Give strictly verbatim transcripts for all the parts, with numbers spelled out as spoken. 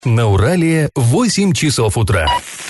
На Урале восемь часов утра.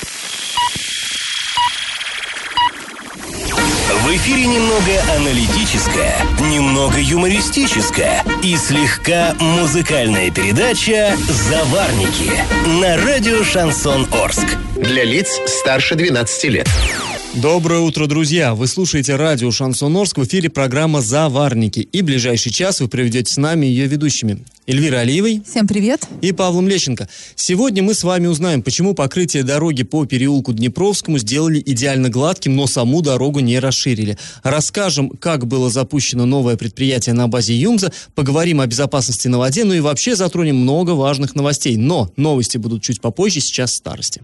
В эфире немного аналитическая, немного юмористическая и слегка музыкальная передача «Заварники» на радио «Шансон Орск». Для лиц старше двенадцати лет. Доброе утро, друзья! Вы слушаете радио «Шансон Орск», в эфире программа «Заварники». И ближайший час вы проведете с нами ее ведущими. Эльвирой Алиевой. Всем привет. И Павлом Лещенко. Сегодня мы с вами узнаем, почему покрытие дороги по переулку Днепровскому сделали идеально гладким, но саму дорогу не расширили. Расскажем, как было запущено новое предприятие на базе ЮМЗа, поговорим о безопасности на воде, ну и вообще затронем много важных новостей. Но новости будут чуть попозже, сейчас старости.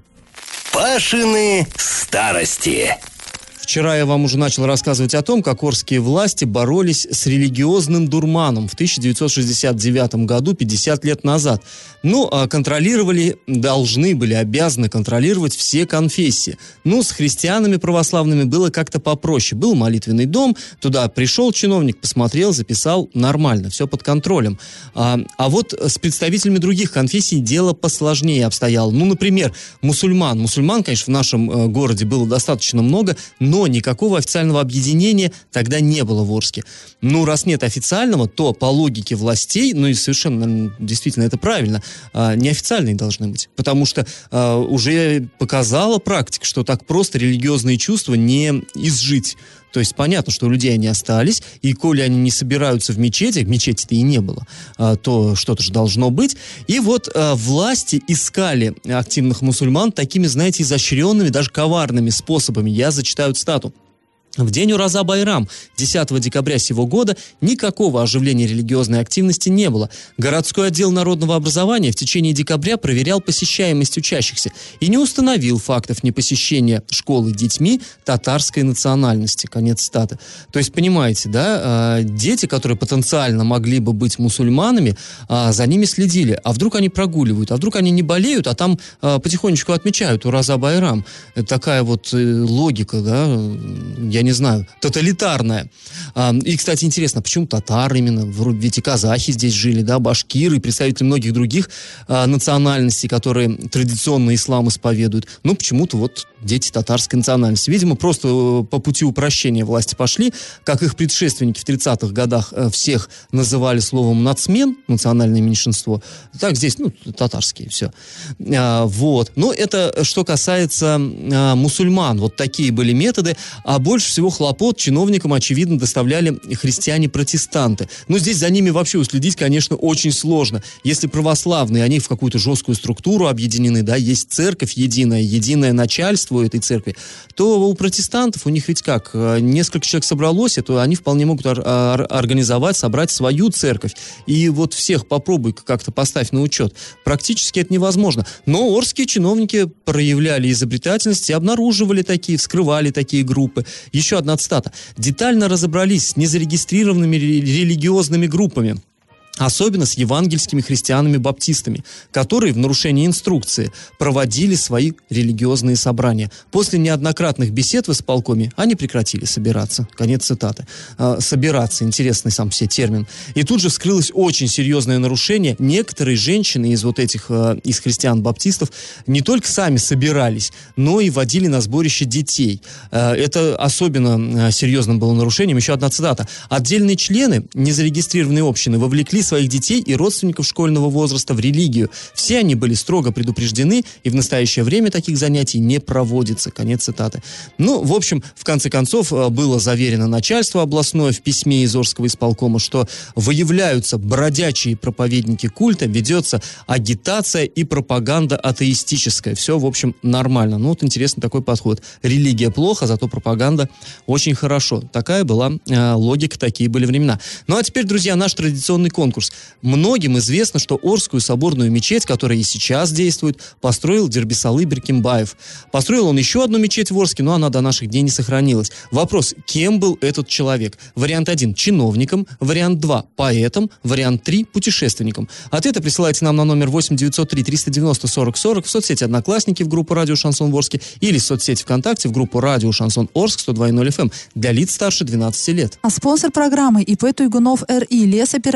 Пашины старости. Вчера я вам уже начал рассказывать о том, как орские власти боролись с религиозным дурманом в тысяча девятьсот шестьдесят девятом году, пятьдесят лет назад. Ну, а контролировали, должны были, обязаны контролировать все конфессии. Ну, с христианами православными было как-то попроще. Был молитвенный дом, туда пришел чиновник, посмотрел, записал, нормально, все под контролем. А, а вот с представителями других конфессий дело посложнее обстояло. Ну, например, мусульман. Мусульман, конечно, в нашем э, городе было достаточно много, но Но никакого официального объединения тогда не было в Орске. Ну, раз нет официального, то по логике властей, ну и совершенно, действительно, это правильно, неофициальные должны быть. Потому что а, уже показала практика, что так просто религиозные чувства не изжить. То есть понятно, что у людей они остались, и коли они не собираются в мечети, мечети-то и не было, то что-то же должно быть. И вот власти искали активных мусульман такими, знаете, изощренными, даже коварными способами. Я зачитаю цитату. В день Ураза-Байрам, десятого декабря сего года, никакого оживления религиозной активности не было. Городской отдел народного образования в течение декабря проверял посещаемость учащихся и не установил фактов непосещения школы детьми татарской национальности. Конец цитаты. То есть, понимаете, да, дети, которые потенциально могли бы быть мусульманами, за ними следили. А вдруг они прогуливают, а вдруг они не болеют, а там потихонечку отмечают Ураза-Байрам. Это такая вот логика, да, я не знаю, тоталитарная. И, кстати, интересно, почему татары именно? Ведь и казахи здесь жили, да, башкиры, представители многих других а, национальностей, которые традиционно ислам исповедуют. Ну, почему-то вот дети татарской национальности. Видимо, просто по пути упрощения власти пошли, как их предшественники в тридцатых годах всех называли словом нацмен, национальное меньшинство. Так здесь, ну, татарские, все. А, вот. Но это что касается а, мусульман. Вот такие были методы. А больше всего хлопот чиновникам, очевидно, доставляли христиане-протестанты. Но здесь за ними вообще уследить, конечно, очень сложно. Если православные, они в какую-то жесткую структуру объединены, да, есть церковь единая, единое начальство у этой церкви, то у протестантов, у них ведь как, несколько человек собралось, то они вполне могут ор- ор- организовать, собрать свою церковь. И вот всех попробуй как-то поставь на учет. Практически это невозможно. Но орские чиновники проявляли изобретательность и обнаруживали такие, вскрывали такие группы. Еще одна цитата. «Детально разобрались с незарегистрированными религиозными группами, особенно с евангельскими христианами-баптистами, которые в нарушении инструкции проводили свои религиозные собрания. После неоднократных бесед в исполкоме они прекратили собираться». Конец цитаты. А, собираться, интересный сам себе термин. И тут же вскрылось очень серьезное нарушение. Некоторые женщины из вот этих, из христиан-баптистов не только сами собирались, но и водили на сборище детей. А, это особенно серьезным было нарушением. Еще одна цитата. «Отдельные члены незарегистрированной общины вовлекли своих детей и родственников школьного возраста в религию. Все они были строго предупреждены, и в настоящее время таких занятий не проводится». Конец цитаты. Ну, в общем, в конце концов, было заверено начальство областное в письме из Орского исполкома, что выявляются бродячие проповедники культа, ведется агитация и пропаганда атеистическая. Все, в общем, нормально. Ну, вот интересный такой подход. Религия плохо, зато пропаганда очень хорошо. Такая была э, логика, такие были времена. Ну, а теперь, друзья, наш традиционный конкурс. Многим известно, что Орскую соборную мечеть, которая и сейчас действует, построил Дербисалы Беркимбаев. Построил он еще одну мечеть в Орске, но она до наших дней не сохранилась. Вопрос, кем был этот человек? Вариант один – чиновником, вариант два – поэтом, вариант три – путешественником. Ответы присылайте нам на номер восемь девятьсот три триста девяносто сорок сорок в соцсети «Одноклассники» в группу «Радио Шансон Орске» или в соцсети ВКонтакте в группу «Радио Шансон Орск» сто два ноль эф эм для лиц старше двенадцати лет. А спонсор программы ИП Туйгунов эр и, лесоперерабатывающая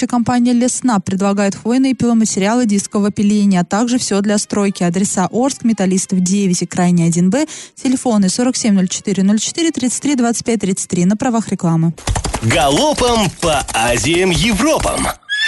компания «Лесна» предлагает хвойные пиломатериалы дискового пиления, а также все для стройки. Адреса: Орск, Металлистов девять и Крайний один Б. Телефоны сорок семь ноль четыре ноль четыре тридцать три двадцать пять тридцать три. На правах рекламы. Галопом по Азиям, Европам.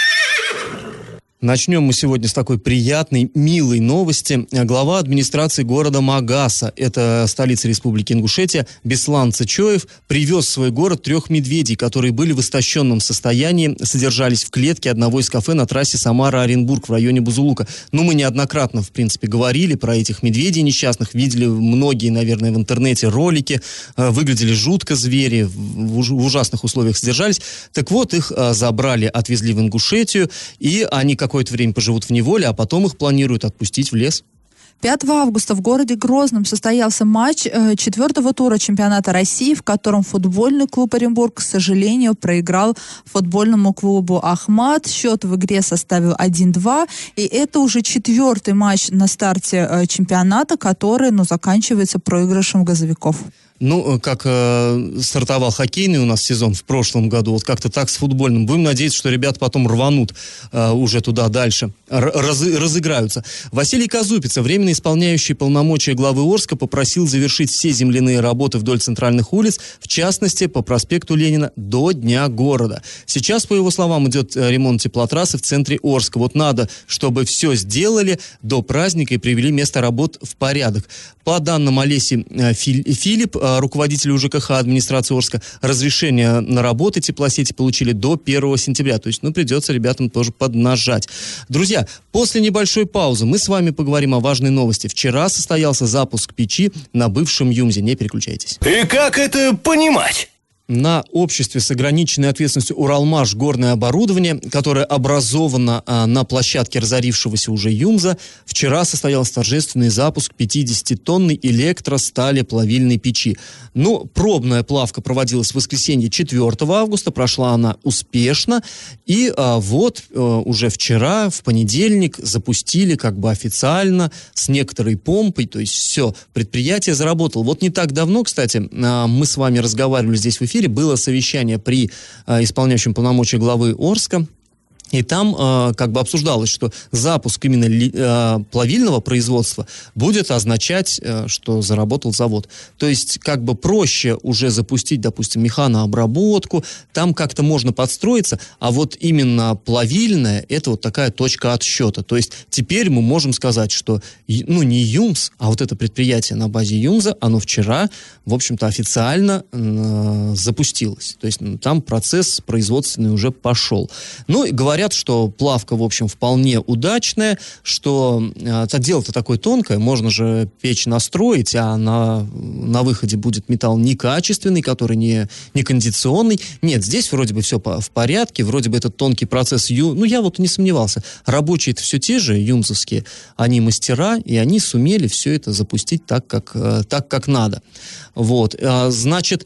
Начнем мы сегодня с такой приятной, милой новости. Глава администрации города Магаса, это столица Республики Ингушетия, Беслан Цычоев, привез в свой город трех медведей, которые были в истощенном состоянии, содержались в клетке одного из кафе на трассе Самара-Оренбург в районе Бузулука. Ну, мы неоднократно, в принципе, говорили про этих медведей несчастных, видели многие, наверное, в интернете ролики, выглядели жутко звери, в ужасных условиях содержались. Так вот, их забрали, отвезли в Ингушетию, и они, как какое-то время поживут в неволе, а потом их планируют отпустить в лес. пятого августа в городе Грозном состоялся матч э, четвертого тура чемпионата России, в котором футбольный клуб Оренбург, к сожалению, проиграл футбольному клубу Ахмат. Счет в игре составил один-два. И это уже четвертый матч на старте э, чемпионата, который, ну, заканчивается проигрышем газовиков. Ну, как э, стартовал хоккейный у нас сезон в прошлом году, вот как-то так с футбольным. Будем надеяться, что ребята потом рванут э, уже туда дальше, раз, разыграются. Василий Казупица, временно исполняющий полномочия главы Орска, попросил завершить все земляные работы вдоль центральных улиц, в частности, по проспекту Ленина до Дня города. Сейчас, по его словам, идет ремонт теплотрассы в центре Орска. Вот надо, чтобы все сделали до праздника и привели место работ в порядок. По данным Олеси Филипп, руководителю ЖКХ администрации Орска, разрешение на работы теплосети получили до первого сентября. То есть, ну, придется ребятам тоже поднажать. Друзья, после небольшой паузы мы с вами поговорим о важной новости. Вчера состоялся запуск печи на бывшем ЮМЗе. Не переключайтесь. И как это понимать? На обществе с ограниченной ответственностью «Уралмаш» горное оборудование, которое образовано а, на площадке разорившегося уже ЮМЗа, вчера состоялся торжественный запуск пятидесятитонной электросталеплавильной печи. Ну, пробная плавка проводилась в воскресенье четвертого августа, прошла она успешно, и а, вот а, уже вчера, в понедельник, запустили как бы официально, с некоторой помпой, то есть все, предприятие заработало. Вот не так давно, кстати, а, мы с вами разговаривали здесь в эфире, было совещание при э, исполняющем полномочия главы Орска, и там э, как бы обсуждалось, что запуск именно ли, э, плавильного производства будет означать, э, что заработал завод. То есть как бы проще уже запустить, допустим, механообработку, там как-то можно подстроиться, а вот именно плавильная — это вот такая точка отсчета. То есть теперь мы можем сказать, что ну не ЮМЗ, а вот это предприятие на базе ЮМЗа, оно вчера, в общем-то, официально э, запустилось. То есть ну, там процесс производственный уже пошел. Ну и говорят, что плавка, в общем, вполне удачная, что э, это дело-то такое тонкое, можно же печь настроить, а на, на выходе будет металл некачественный, который не, не кондиционный. Нет, здесь вроде бы все по, в порядке, вроде бы этот тонкий процесс, ю, ну я вот не сомневался, рабочие-то все те же, юмзовские, они мастера, и они сумели все это запустить так, как, э, так, как надо. Вот, э, значит...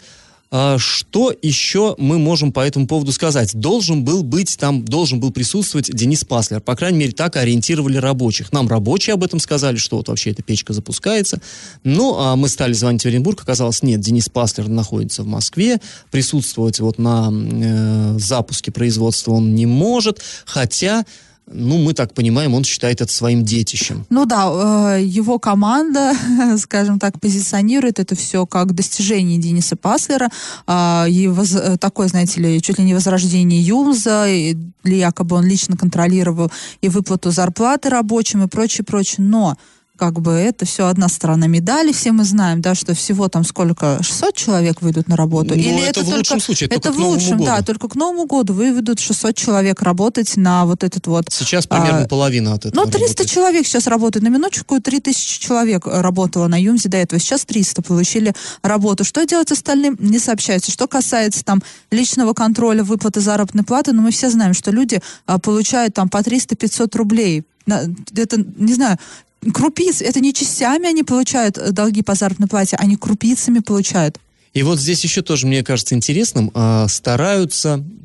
Что еще мы можем по этому поводу сказать? Должен был быть там, должен был присутствовать Денис Паслер. По крайней мере, так ориентировали рабочих. Нам рабочие об этом сказали, что вот вообще эта печка запускается. Ну, а мы стали звонить в Оренбург, оказалось, нет, Денис Паслер находится в Москве, присутствовать вот на э, запуске производства он не может, хотя... Ну, мы так понимаем, он считает это своим детищем. Ну да, его команда, скажем так, позиционирует это все как достижение Дениса Паслера, и воз, такое, знаете ли, чуть ли не возрождение ЮМЗа, и якобы он лично контролировал и выплату зарплаты рабочим и прочее, прочее. Но как бы это все одна сторона медали, все мы знаем, да, что всего там сколько, шестьсот человек выйдут на работу? Ну, Или это, это в только, лучшем случае, это только в к Новому лучшем, году. Да, только к Новому году выведут шестьсот человек работать на вот этот вот... Сейчас примерно а, половина от этого Ну, триста работает. человек сейчас работает. На минуточку три тысячи человек работало на ЮМЗе до этого. Сейчас триста получили работу. Что делать остальным, не сообщается. Что касается там личного контроля, выплаты заработной платы, ну, мы все знаем, что люди а, получают там по триста-пятьсот рублей. Это, не знаю... Крупиц, это не частями они получают долги по заработной плате, они крупицами получают. И вот здесь еще тоже, мне кажется, интересным, э, стараются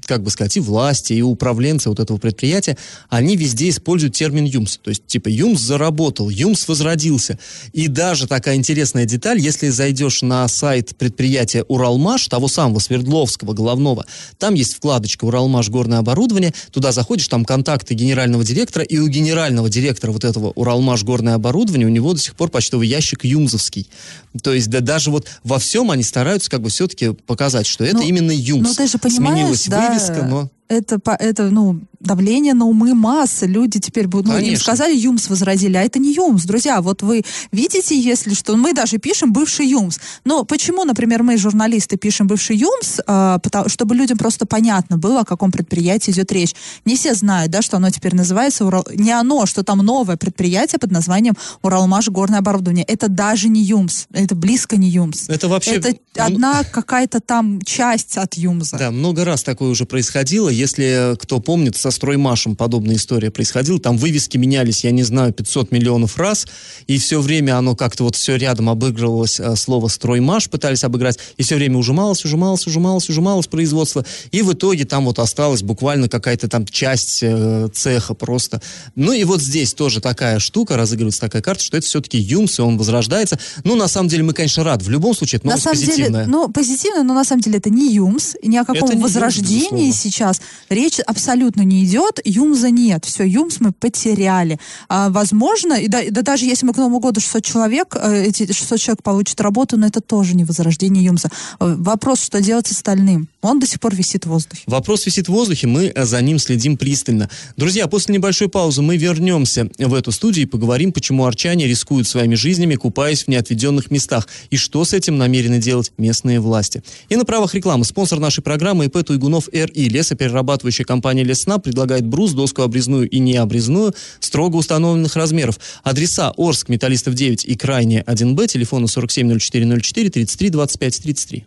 как бы сказать, и власти, и управленцы вот этого предприятия, они везде используют термин ЮМС. То есть, типа, ЮМС заработал, ЮМС возродился. И даже такая интересная деталь, если зайдешь на сайт предприятия «Уралмаш», того самого Свердловского, головного, там есть вкладочка «Уралмаш. Горное оборудование», туда заходишь, там контакты генерального директора, и у генерального директора вот этого «Уралмаш. Горное оборудование» у него до сих пор почтовый ящик юмзовский. То есть, да, даже вот во всем они стараются как бы все-таки показать, что это ну, именно ЮМС. Ну, ты же понимаешь, сменилась да, вывеска, но... Это, это, ну, давление на умы массы. Люди теперь будут, ну, им сказали, ЮМС возродили, а это не ЮМС. Друзья, вот вы видите, если что, мы даже пишем бывший ЮМС. Но почему, например, мы, журналисты, пишем бывший ЮМС, а, потому, чтобы людям просто понятно было, о каком предприятии идет речь. Не все знают, да, что оно теперь называется, Урал... не оно, что там новое предприятие под названием «Уралмаш. Горное оборудование». Это даже не ЮМС, это близко не ЮМС. Это вообще... Это одна какая-то там часть от ЮМСа. Да, много раз такое уже происходило. Если кто помнит, со «Строймашем» подобная история происходила. Там вывески менялись, я не знаю, пятьсот миллионов раз, и все время оно как-то вот все рядом обыгрывалось, слово «Строймаш» пытались обыграть, и все время ужималось, ужималось, ужималось, ужималось производство, и в итоге там вот осталась буквально какая-то там часть э, цеха просто. Ну и вот здесь тоже такая штука, разыгрывается такая карта, что это все-таки ЮМС, и он возрождается. Ну, на самом деле, мы, конечно, рады. В любом случае, это новость позитивная. Ну, позитивная, но на самом деле это не ЮМС, и ни о каком возрождении ЮМС, сейчас речь абсолютно не идет, ЮМСа нет, все, ЮМС мы потеряли. А, возможно, и да, да даже если мы к Новому году шестьсот человек, эти шестьсот человек получат работу, но это тоже не возрождение ЮМСа. Вопрос, что делать с остальным? Он до сих пор висит в воздухе. Вопрос висит в воздухе, мы за ним следим пристально. Друзья, после небольшой паузы мы вернемся в эту студию и поговорим, почему арчане рискуют своими жизнями, купаясь в неотведенных местах, и что с этим намерены делать местные власти. И на правах рекламы спонсор нашей программы ИП Туйгунов эр-и. Лесоперерабатывающая компания «Леснаб» предлагает брус, доску обрезную и необрезную строго установленных размеров. Адреса: Орск, Металлистов девять и Крайняя один Б, телефоны сорок семь ноль четыре ноль четыре тридцать три двадцать пять тридцать три.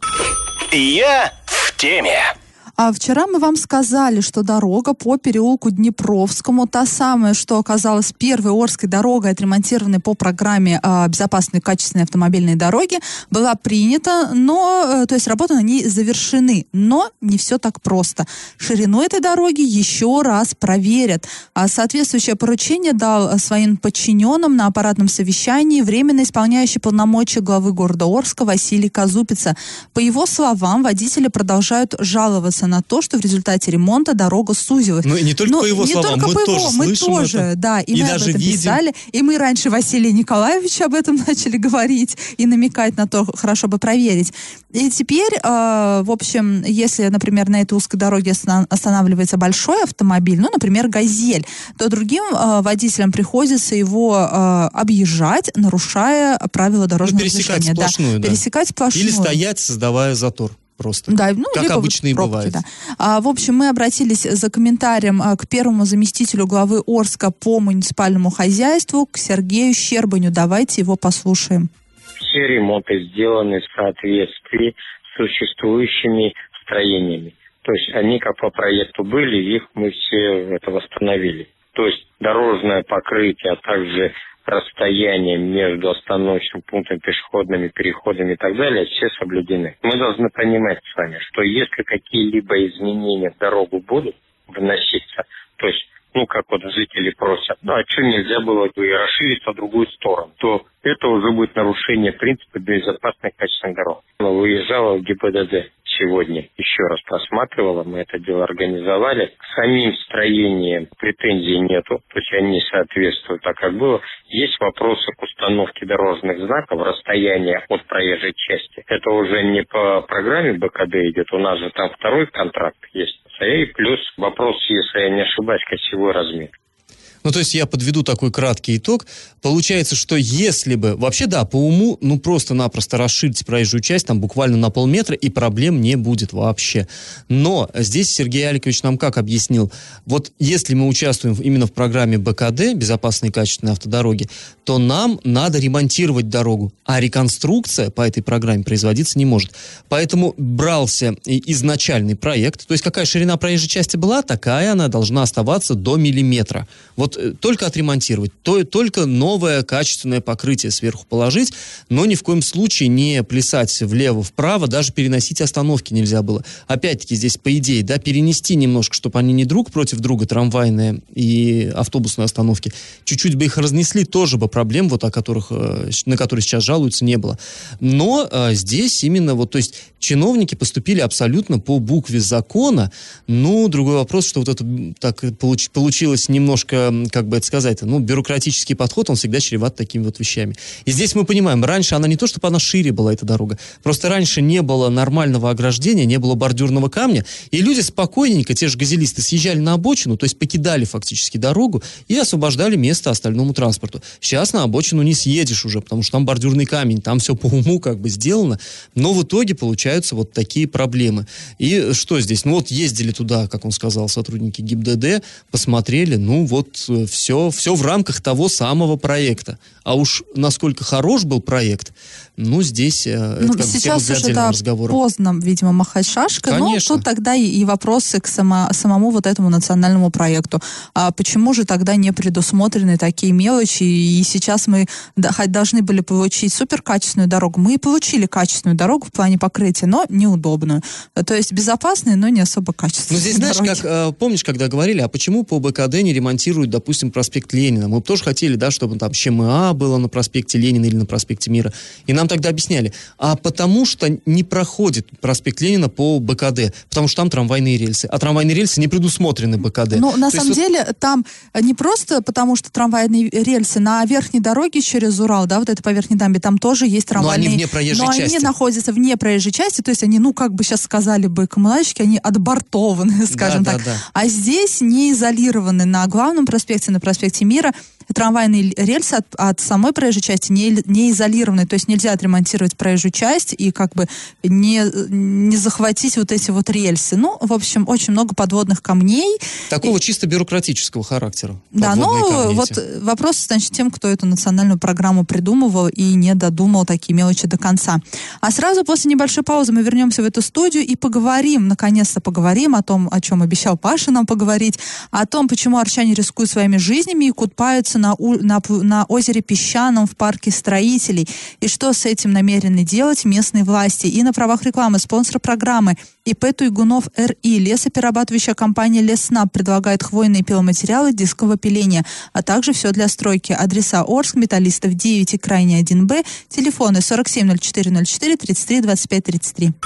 Я в теме. А вчера мы вам сказали, что дорога по переулку Днепровскому, та самая, что оказалась первой Орской дорогой, отремонтированной по программе э, безопасной качественной автомобильной дороги, была принята, но, э, то есть работы на ней завершены. Но не все так просто. Ширину этой дороги еще раз проверят. А соответствующее поручение дал своим подчиненным на аппаратном совещании временно исполняющий полномочия главы города Орска Василий Казупица. По его словам, водители продолжают жаловаться на то, что в результате ремонта дорога сузилась. Ну и не только Но по его не словам, только мы по тоже его, мы слышим тоже, это. да, и, и мы даже об этом видим. писали, и мы раньше Василия Николаевича об этом начали говорить и намекать на то, хорошо бы проверить. И теперь, э, в общем, если, например, на этой узкой дороге останавливается большой автомобиль, ну, например, «Газель», то другим э, водителям приходится его э, объезжать, нарушая правила дорожного ну, пересекать движения. Сплошную, да, да. Пересекать сплошную. Или стоять, создавая затор. Просто. Да, ну, как обычно и пробки, бывает. Да. А, в общем, мы обратились за комментарием а, к первому заместителю главы Орска по муниципальному хозяйству, к Сергею Щербаню. Давайте его послушаем. Все ремонты сделаны в соответствии с существующими строениями. То есть они как по проекту были, их мы все это восстановили. То есть дорожное покрытие, а также расстояние между остановочным пунктом, пешеходными переходами и так далее, все соблюдены. Мы должны понимать с вами, что если какие-либо изменения в дорогу будут вноситься, то есть, ну, как вот жители просят, ну, а что нельзя было бы расшириться в другую сторону, то это уже будет нарушение принципа безопасных качественных дорог. Выезжала в ГИБДД сегодня, еще раз просматривала, мы это дело организовали. К самим строениям претензий нету, то есть они соответствуют так, как было. Есть вопросы к установке дорожных знаков, расстояние от проезжей части. Это уже не по программе БКД идет, у нас же там второй контракт есть. И плюс вопрос, если я не ошибаюсь, косевой размер. Ну, то есть я подведу такой краткий итог. Получается, что если бы... Вообще, да, по уму, ну, просто-напросто расширить проезжую часть там буквально на полметра, и проблем не будет вообще. Но здесь Сергей Аликович нам как объяснил? Вот если мы участвуем именно в программе БКД, безопасные и качественные автодороги, то нам надо ремонтировать дорогу, а реконструкция по этой программе производиться не может. Поэтому брался изначальный проект, то есть какая ширина проезжей части была, такая она должна оставаться до миллиметра. Вот Вот э, только отремонтировать, то, только новое качественное покрытие сверху положить, но ни в коем случае не плясать влево-вправо, даже переносить остановки нельзя было. Опять-таки здесь, по идее, да, перенести немножко, чтобы они не друг против друга, трамвайные и автобусные остановки, чуть-чуть бы их разнесли, тоже бы проблем, вот, о которых, э, на которые сейчас жалуются, не было. Но э, здесь именно вот, то есть чиновники поступили абсолютно по букве закона. Ну, другой вопрос, что вот это так получ, получилось немножко, как бы это сказать, ну, бюрократический подход, он всегда чреват такими вот вещами. И здесь мы понимаем, раньше она не то, чтобы она шире была, эта дорога, просто раньше не было нормального ограждения, не было бордюрного камня, и люди спокойненько, те же газелисты, съезжали на обочину, то есть покидали фактически дорогу и освобождали место остальному транспорту. Сейчас на обочину не съедешь уже, потому что там бордюрный камень, там все по уму как бы сделано, но в итоге получаются вот такие проблемы. И что здесь? Ну вот ездили туда, как он сказал, сотрудники ГИБДД, посмотрели, ну вот все, все в рамках того самого проекта. А уж насколько хорош был проект, ну здесь э, ну, это как бы тема для отдельного разговора. Поздно, видимо, махать шашкой. Конечно. Но тут тогда и, и вопросы к само, самому вот этому национальному проекту. А почему же тогда не предусмотрены такие мелочи? И сейчас мы да, должны были получить суперкачественную дорогу. Мы и получили качественную дорогу в плане покрытия, но неудобную. То есть безопасные, но не особо качественные. Ну здесь, знаешь, дороги. как, э, помнишь, когда говорили, а почему по БКД не ремонтируют, допустим, проспект Ленина? Мы бы тоже хотели, да, чтобы там ЩМА было на проспекте Ленина или на проспекте Мира. И нам тогда объясняли, а потому что не проходит проспект Ленина по БКД, потому что там трамвайные рельсы, а трамвайные рельсы не предусмотрены БКД. Ну, на То самом есть, деле, вот... там не просто потому, что трамвайные рельсы, на верхней дороге через Урал, да, вот это по верхней дамбе, там тоже есть трамвайные... Но они вне проезжей но части. они находятся вне проезжей части, то есть они, ну, как бы сейчас сказали бы коммунальщики, они отбортованы, скажем да, так. Да, да. А здесь не изолированы на главном проспекте, на проспекте Мира, трамвайные рельсы от, от самой проезжей части не, не изолированы, то есть нельзя отремонтировать проезжую часть и как бы не, не захватить вот эти вот рельсы. Ну, в общем, очень много подводных камней. Такого и... чисто бюрократического характера. Да, ну, вот эти. Вопрос, значит, тем, кто эту национальную программу придумывал и не додумал такие мелочи до конца. А сразу после небольшой паузы мы вернемся в эту студию и поговорим, наконец-то поговорим о том, о чем обещал Паша нам поговорить, о том, почему арчане рискуют своими жизнями и купаются На, на, на озере Песчаном в парке строителей. И что с этим намерены делать местные власти? И на правах рекламы спонсор программы ИП Туйгунов эр-и. Лесоперерабатывающая компания Леснаб предлагает хвойные пиломатериалы дискового пиления, а также все для стройки. Адреса: Орск, Металлистов девять и Крайний один Б. Телефоны сорок семь ноль четыре ноль четыре тридцать три двадцать пять тридцать три.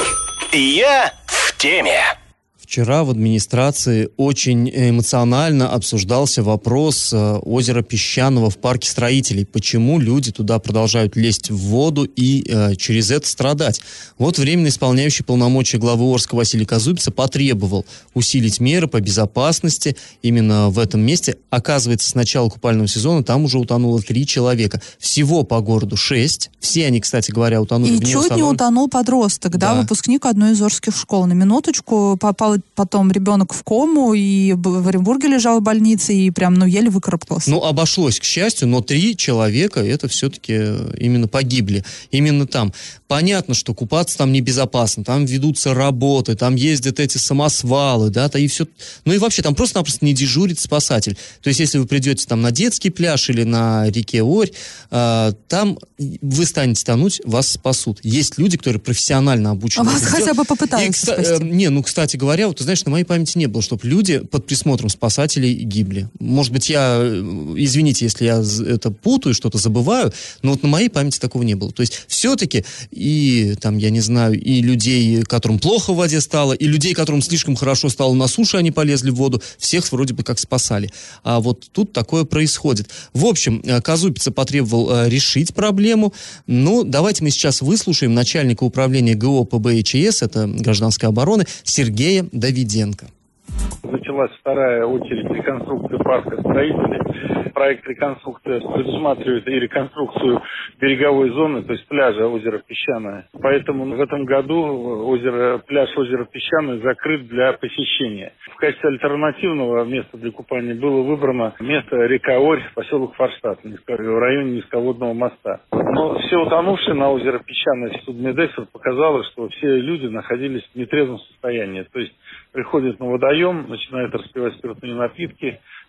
Я в теме. Вчера в администрации очень эмоционально обсуждался вопрос э, озера Песчаного в парке строителей. Почему люди туда продолжают лезть в воду и э, через это страдать? Вот временно исполняющий полномочия главы Орска Василий Казубица потребовал усилить меры по безопасности именно в этом месте. Оказывается, с начала купального сезона там уже утонуло три человека. Всего по городу шесть. Все они, кстати говоря, утонули. И чуть установлен... не утонул подросток, да, да, выпускник одной из орских школ. На минуточку попал потом ребенок в кому, и в Оренбурге лежал в больнице, и прям, ну, еле выкарабкался. Ну, обошлось, к счастью, но три человека, это все-таки именно погибли. Именно там. Понятно, что купаться там небезопасно, там ведутся работы, там ездят эти самосвалы, да, и все. Ну и вообще, там просто-напросто не дежурит спасатель. То есть, если вы придете там на детский пляж или на реке Орь, э, там вы станете тонуть, вас спасут. Есть люди, которые профессионально обучены. А вас хотя бы попытаются и, спасти. Э, не, ну, кстати говоря, вот ты знаешь, на моей памяти не было, чтобы люди под присмотром спасателей гибли. Может быть, я, извините, если я это путаю, что-то забываю, но вот на моей памяти такого не было. То есть, все-таки и, там, я не знаю, и людей, которым плохо в воде стало, и людей, которым слишком хорошо стало на суше, они полезли в воду, всех вроде бы как спасали. А вот тут такое происходит. В общем, Казубица потребовал решить проблему. Ну, давайте мы сейчас выслушаем начальника управления ГО ПБ-ИЧС, это гражданской обороны, Сергея Давиденко. Началась вторая очередь реконструкции парка строителей. Проект реконструкции предусматривает и реконструкцию береговой зоны, то есть пляжа озера Песчаное. Поэтому в этом году озеро, пляж озера Песчаное закрыт для посещения. В качестве альтернативного места для купания было выбрано место река Орь, поселок Форштадт, в районе низководного моста. Но все утонувшие на озеро Песчаное, судмедэкспертиза показала, что все люди находились в нетрезвом состоянии. То есть приходят на водоем, начинают распивать спиртные напитки,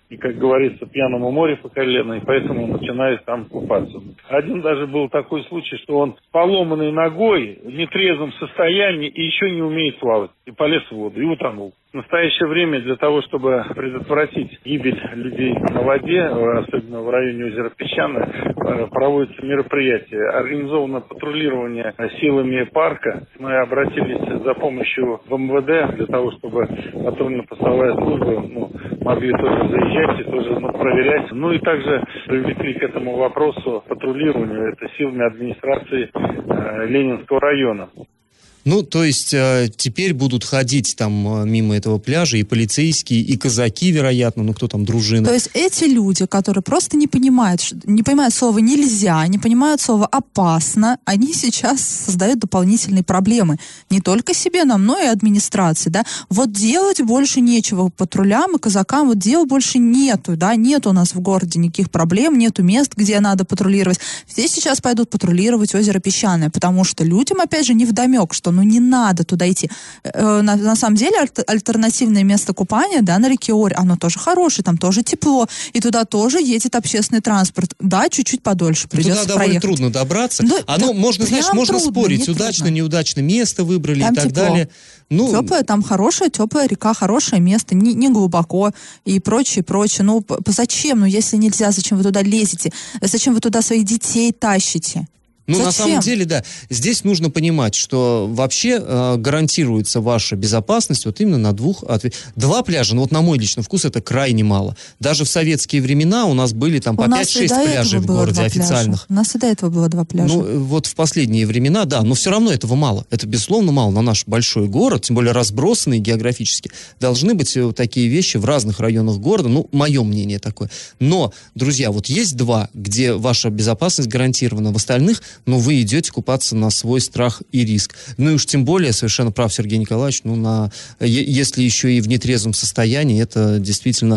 и, как говорится, пьяному море по колено, и поэтому начинает там купаться. Один даже был такой случай, что он с поломанной ногой, в нетрезвом состоянии и еще не умеет плавать, и полез в воду, и утонул. В настоящее время для того, чтобы предотвратить гибель людей на воде, особенно в районе озера Песчаное, проводятся мероприятия. Организовано патрулирование силами парка. Мы обратились за помощью в эм вэ дэ для того, чтобы патрульно-постовая служба ну, могли тоже заезжать и тоже ну, проверять. Ну и также привлекли к этому вопросу патрулированию это силами администрации э, Ленинского района. Ну, то есть э, теперь будут ходить там э, мимо этого пляжа и полицейские, и казаки, вероятно, ну кто там, дружина. То есть эти люди, которые просто не понимают, не понимают слова «нельзя», не понимают слова «опасно», они сейчас создают дополнительные проблемы. Не только себе нам, но и администрации, да. Вот делать больше нечего патрулям и казакам, вот дел больше нету, да, нет у нас в городе никаких проблем, нету мест, где надо патрулировать. Здесь сейчас пойдут патрулировать озеро Песчаное, потому что людям, опять же, невдомек, что ну не надо туда идти. Э, на, на самом деле аль- альтернативное место купания, да, на реке Орь, оно тоже хорошее, там тоже тепло, и туда тоже едет общественный транспорт. Да, чуть-чуть подольше придется туда довольно проехать. трудно добраться. Но, да, оно, можно, знаешь, можно трудно, спорить, удачно, неудачно место выбрали там и так тепло. далее. Ну, теплая, там хорошая, теплая река, хорошее место, не, не глубоко и прочее, прочее. Ну, п- зачем? Ну, если нельзя, зачем вы туда лезете? Зачем вы туда своих детей тащите? Ну, Зачем? на самом деле, да, здесь нужно понимать, что вообще э, гарантируется ваша безопасность вот именно на двух... Отве... Два пляжа, ну вот на мой личный вкус, это крайне мало. Даже в советские времена у нас были там по пять-шесть пляжей в городе официальных. У нас и до этого было два пляжа. Ну, вот в последние времена, да, но все равно этого мало. Это, безусловно, мало на наш большой город, тем более разбросанный географически. Должны быть вот такие вещи в разных районах города, ну, мое мнение такое. Но, друзья, вот есть два, где ваша безопасность гарантирована, в остальных но вы идете купаться на свой страх и риск. Ну и уж тем более, совершенно прав Сергей Николаевич, ну, на, если еще и в нетрезвом состоянии, это действительно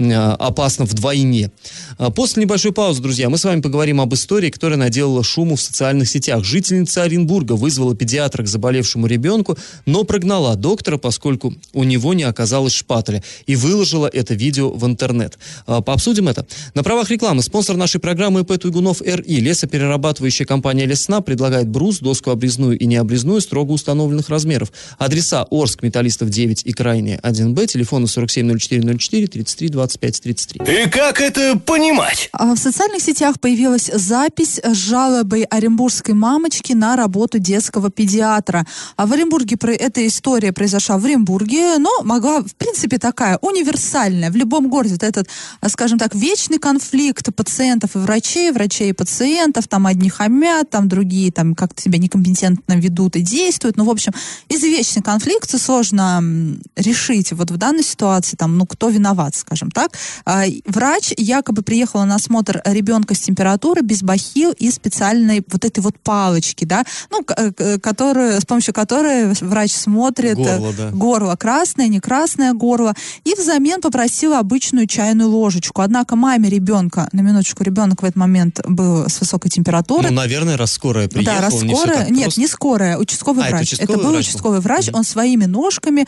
опасно вдвойне. После небольшой паузы, друзья, мы с вами поговорим об истории, которая наделала шуму в социальных сетях. Жительница Оренбурга вызвала педиатра к заболевшему ребенку, но прогнала доктора, поскольку у него не оказалось шпателя, и выложила это видео в интернет. Пообсудим это. На правах рекламы спонсор нашей программы ИП Туйгунов эр и, лесоперерабатывающая компания Компания «Лесна» предлагает брус, доску обрезную и необрезную строго установленных размеров. Адреса: Орск, Металлистов девять и Крайняя один Б, телефоны сорок семь ноль четыре ноль четыре, тридцать три двадцать пять тридцать три. И как это понимать? В социальных сетях появилась запись с жалобой оренбургской мамочки на работу детского педиатра. А в Оренбурге эта история произошла в Оренбурге, но могла, в принципе, такая универсальная. В любом городе вот этот, скажем так, вечный конфликт пациентов и врачей, врачей и пациентов, там одни хамят, там другие там как-то себя некомпетентно ведут и действуют. Ну, в общем, извечный конфликт, сложно решить. Вот в данной ситуации, там, ну, кто виноват, скажем так. А, врач якобы приехала на осмотр ребенка с температурой, без бахил и специальной вот этой вот палочки, да, ну, к- которую, с помощью которой врач смотрит горло, да. горло, красное, не красное горло, и взамен попросила обычную чайную ложечку. Однако маме ребенка, на минуточку, ребенок в этот момент был с высокой температурой. Ну, наверное, раз скорая приехала, да, раз не все скорая, так нет, просто. не скорая, участковый А, врач. это, Это, участковый был врач участковый был. врач, Мгм. он своими ножками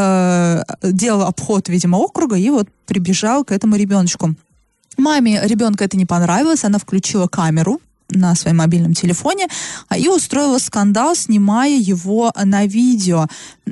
э, делал обход, видимо, округа и вот прибежал к этому ребеночку. Маме ребенка это не понравилось, она включила камеру на своем мобильном телефоне и устроила скандал, снимая его на видео.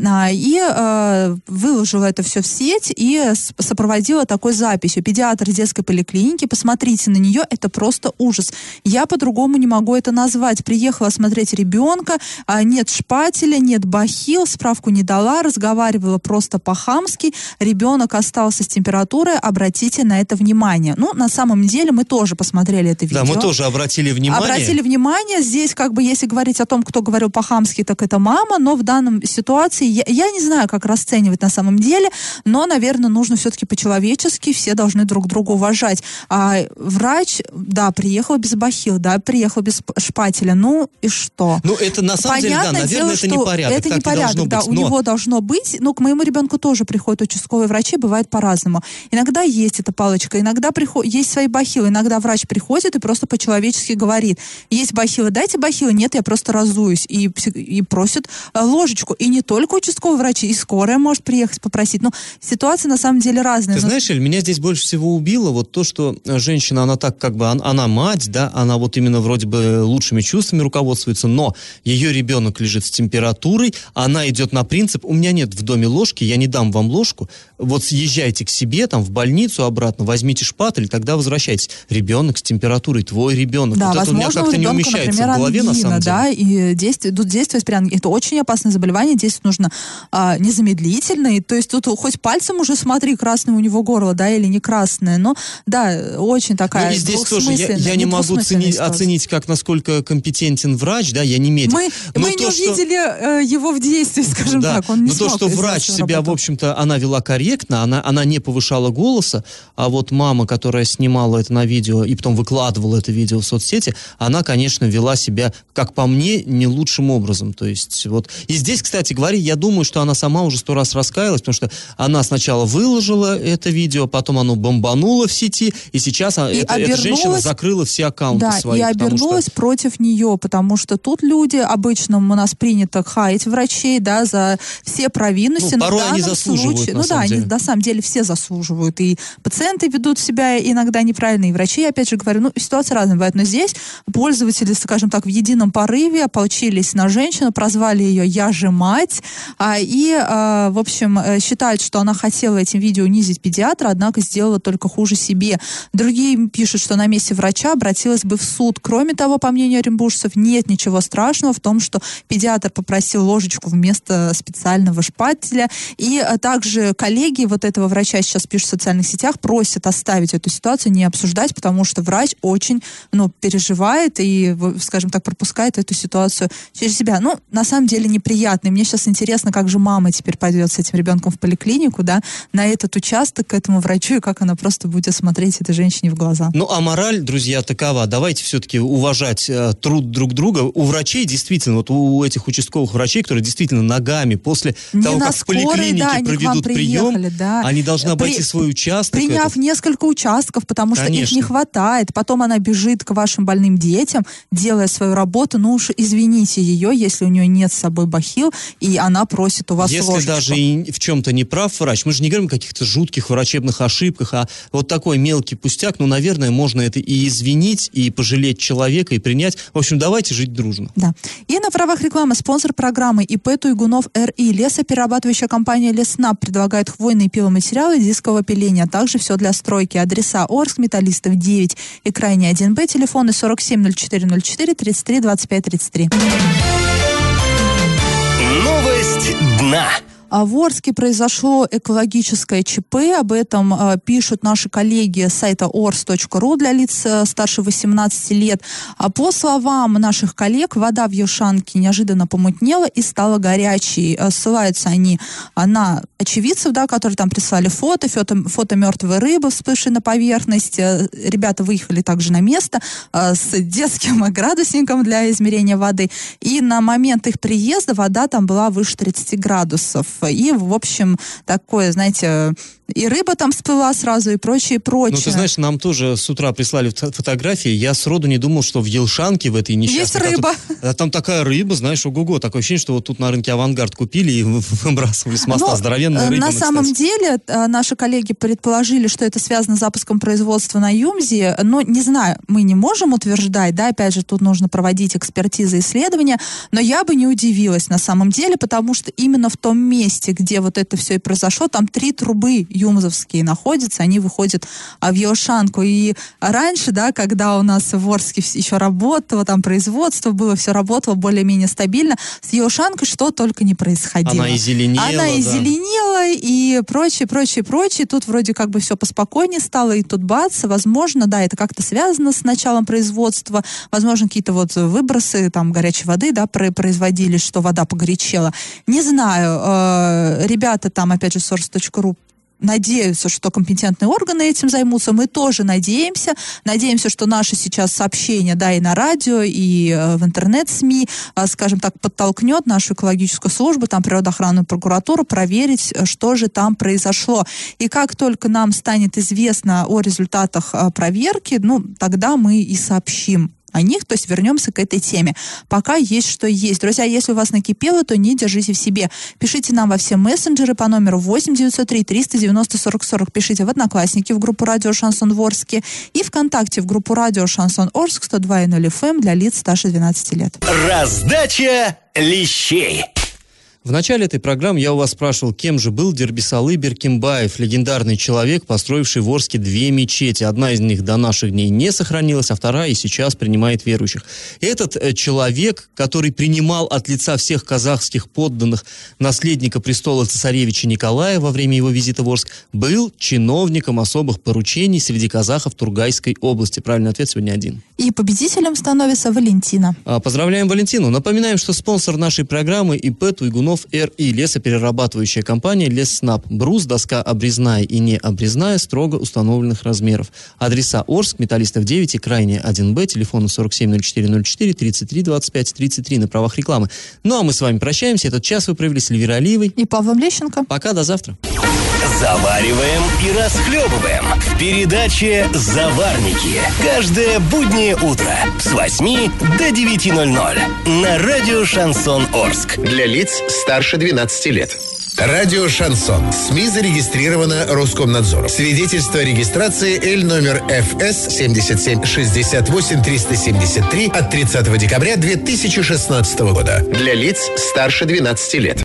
И э, выложила это все в сеть и сопроводила такой записью. Педиатр детской поликлиники, посмотрите на нее, это просто ужас. Я по-другому не могу это назвать. Приехала смотреть ребенка, а нет шпателя, нет бахил, справку не дала, разговаривала просто по-хамски. Ребенок остался с температурой, обратите на это внимание. Ну, на самом деле, мы тоже посмотрели это видео. Да, мы тоже обратили внимание. Обратили внимание, здесь как бы, если говорить о том, кто говорил по-хамски, так это мама, но в данной ситуации, я, я не знаю, как расценивать на самом деле, но, наверное, нужно все-таки по-человечески, все должны друг друга уважать. А врач, да, приехал без бахил, да, приехал без шпателя, ну и что? Ну, это на самом деле, да, Понятное наверное, дело, это что непорядок. Это так непорядок, должно да, быть, у но... него должно быть, но к моему ребенку тоже приходят участковые врачи, бывает по-разному. Иногда есть эта палочка, иногда приход... есть свои бахилы, иногда врач приходит и просто по-человечески говорит, говорит, есть бахилы, дайте бахилы, нет, я просто разуюсь. И, и просит ложечку. И не только участковый врач, и скорая может приехать попросить. Ну, ситуация на самом деле разная. Ты но... знаешь, Эль, меня здесь больше всего убило вот то, что женщина, она так как бы, она мать, да, она вот именно вроде бы лучшими чувствами руководствуется, но ее ребенок лежит с температурой, она идет на принцип, у меня нет в доме ложки, я не дам вам ложку, вот съезжайте к себе, там, в больницу обратно, возьмите шпатель, тогда возвращайтесь. Ребенок с температурой, твой ребенок. Да, вот это у меня как-то не умещается например, в голове, ангина, на самом деле. Да, и действие, тут действовать при ангине. Это очень опасное заболевание, действовать нужно а, незамедлительно, и, то есть тут хоть пальцем уже смотри, красное у него горло, да, или не красное, но, да, очень такая ну, и здесь тоже я, я не могу цени, оценить, как, насколько компетентен врач, да, я не медик. Мы, мы то, не что... увидели э, его в действии, скажем да, так, он не но смог то, что врач себя, работу. в общем-то, она вела корректно, она, она не повышала голоса, а вот мама, которая снимала это на видео и потом выкладывала это видео в соцсети, она, конечно, вела себя, как по мне, не лучшим образом. То есть, вот. И здесь, кстати говоря, я думаю, что она сама уже сто раз раскаялась, потому что она сначала выложила это видео, потом оно бомбануло в сети, и сейчас и это, эта женщина закрыла все аккаунты да, свои. И обернулась что... против нее, потому что тут люди, обычно у нас принято хаять врачей, да, за все провинности. Ну, порой в они заслуживают, случае, на ну самом да, деле. они, на самом деле все заслуживают. И пациенты ведут себя иногда неправильно, и врачи, я опять же говорю, ну, ситуация разная бывает. Но здесь пользователи, скажем так, в едином порыве ополчились на женщину, прозвали ее «Я же мать», а, и, а, в общем, считают, что она хотела этим видео унизить педиатра, однако сделала только хуже себе. Другие пишут, что на месте врача обратилась бы в суд. Кроме того, по мнению оренбуржцев, нет ничего страшного в том, что педиатр попросил ложечку вместо специального шпателя. И а, также коллеги вот этого врача сейчас пишут в социальных сетях, просят оставить эту ситуацию, не обсуждать, потому что врач очень, ну, переживает и, скажем так, пропускает эту ситуацию через себя. Ну, на самом деле неприятно. И мне сейчас интересно, как же мама теперь пойдет с этим ребенком в поликлинику, да, на этот участок к этому врачу, и как она просто будет смотреть этой женщине в глаза. Ну, а мораль, друзья, такова. Давайте все-таки уважать э, труд друг друга. У врачей действительно, вот у этих участковых врачей, которые действительно ногами после не того, как скорой, в поликлинике да, проведут прием, да. они должны обойти При... свой участок. Приняв это... несколько участков, потому что Конечно. их не хватает. Потом она бежит к вашим больным детям, делая свою работу. Ну уж извините ее, если у нее нет с собой бахил, и она просит у вас если ложечку. Даже и в чем-то не прав врач, мы же не говорим о каких-то жутких врачебных ошибках, а вот такой мелкий пустяк, ну, наверное, можно это и извинить, и пожалеть человека, и принять. В общем, давайте жить дружно. Да. И на правах рекламы спонсор программы ИП Туйгунов эр-и. Лесоперерабатывающая компания Леснаб предлагает хвойные пиломатериалы дискового пиления, а также все для стройки. Адреса: Орск, Металлистов девять и Крайний один Б, телефоны сорок семь ноль четыре ноль четыре тридцать три двадцать пять тридцать три. Новость дна. А в Орске произошло экологическое ЧП. Об этом э, пишут наши коллеги с сайта орс точка ру для лиц э, старше восемнадцати лет. А по словам наших коллег, вода в Елшанке неожиданно помутнела и стала горячей. Э, ссылаются они э, на очевидцев, да, которые там прислали фото, фото, фото мертвой рыбы, всплывшей на поверхность. Э, ребята выехали также на место э, с детским градусником для измерения воды. И на момент их приезда вода там была выше тридцати градусов. И, в общем, такое, знаете, и рыба там всплыла сразу, и прочее, прочее. Ну, ты знаешь, нам тоже с утра прислали фотографии. Я сроду не думал, что в Елшанке, в этой несчастной... Есть рыба. А там такая рыба, знаешь, ого-го. Такое ощущение, что вот тут на рынке «Авангард» купили и выбрасывали с моста. Но, здоровенная рыба. На самом кстати. деле, наши коллеги предположили, что это связано с запуском производства на Юмзе. Но, не знаю, мы не можем утверждать, да, опять же, тут нужно проводить экспертизы, исследования. Но я бы не удивилась на самом деле, потому что именно в том месте, где вот это все и произошло, там три трубы юмзовские находятся, они выходят а, в Елшанку. И раньше, да, когда у нас в Орске еще работало, там производство было, все работало более-менее стабильно, с Елшанкой что только не происходило. Она и зеленела. Она и да. зеленела, и прочее, прочее, прочее. Тут вроде как бы все поспокойнее стало, и тут бац, возможно, да, это как-то связано с началом производства, возможно, какие-то вот выбросы там горячей воды, да, производились, что вода погорячела. Не знаю, ребята там, опять же, сорс точка ру надеются, что компетентные органы этим займутся. Мы тоже надеемся. Надеемся, что наши сейчас сообщения, да, и на радио, и э, в интернет-СМИ, э, скажем так, подтолкнет нашу экологическую службу, там, природоохранную прокуратуру проверить, что же там произошло. И как только нам станет известно о результатах э, проверки, ну, тогда мы и сообщим о них, то есть вернемся к этой теме. Пока есть что есть. Друзья, если у вас накипело, то не держите в себе. Пишите нам во все мессенджеры по номеру восемь девятьсот три триста девяносто сорок сорок. Пишите в Одноклассники в группу «Радио Шансон Орске» и ВКонтакте в группу «Радио Шансон Орск» сто два и ноль эф эм для лиц старше двенадцати лет. Раздача лещей. В начале этой программы я у вас спрашивал, кем же был Дербисалы Беркимбаев, легендарный человек, построивший в Орске две мечети. Одна из них до наших дней не сохранилась, а вторая и сейчас принимает верующих. Этот э, человек, который принимал от лица всех казахских подданных наследника престола цесаревича Николая во время его визита в Орск, был чиновником особых поручений среди казахов Тургайской области. Правильный ответ сегодня один. И победителем становится Валентина. А, поздравляем Валентину. Напоминаем, что спонсор нашей программы ИП Туйгунов эр и, лесоперерабатывающая компания Лесснаб. Брус, доска обрезная и не обрезная, строго установленных размеров. Адреса: Орск, Металлистов девять и Крайняя один Б, телефоны сорок семь ноль четыре ноль четыре, тридцать три двадцать пять тридцать три на правах рекламы. Ну а мы с вами прощаемся. Этот час вы провели с Эльвирой Алиевой И Павлом Лещенко. Пока, до завтра. Завариваем и расхлебываем в передаче «Заварники». Каждое буднее утро с восьми до девяти ноль ноль на радио «Шансон Орск». Для лиц старше двенадцати лет. Радио «Шансон». СМИ зарегистрировано Роскомнадзором. Свидетельство о регистрации Л номер Ф С семь семь шесть восемь три семь три от тридцатого декабря две тысячи шестнадцатого года. Для лиц старше двенадцати лет.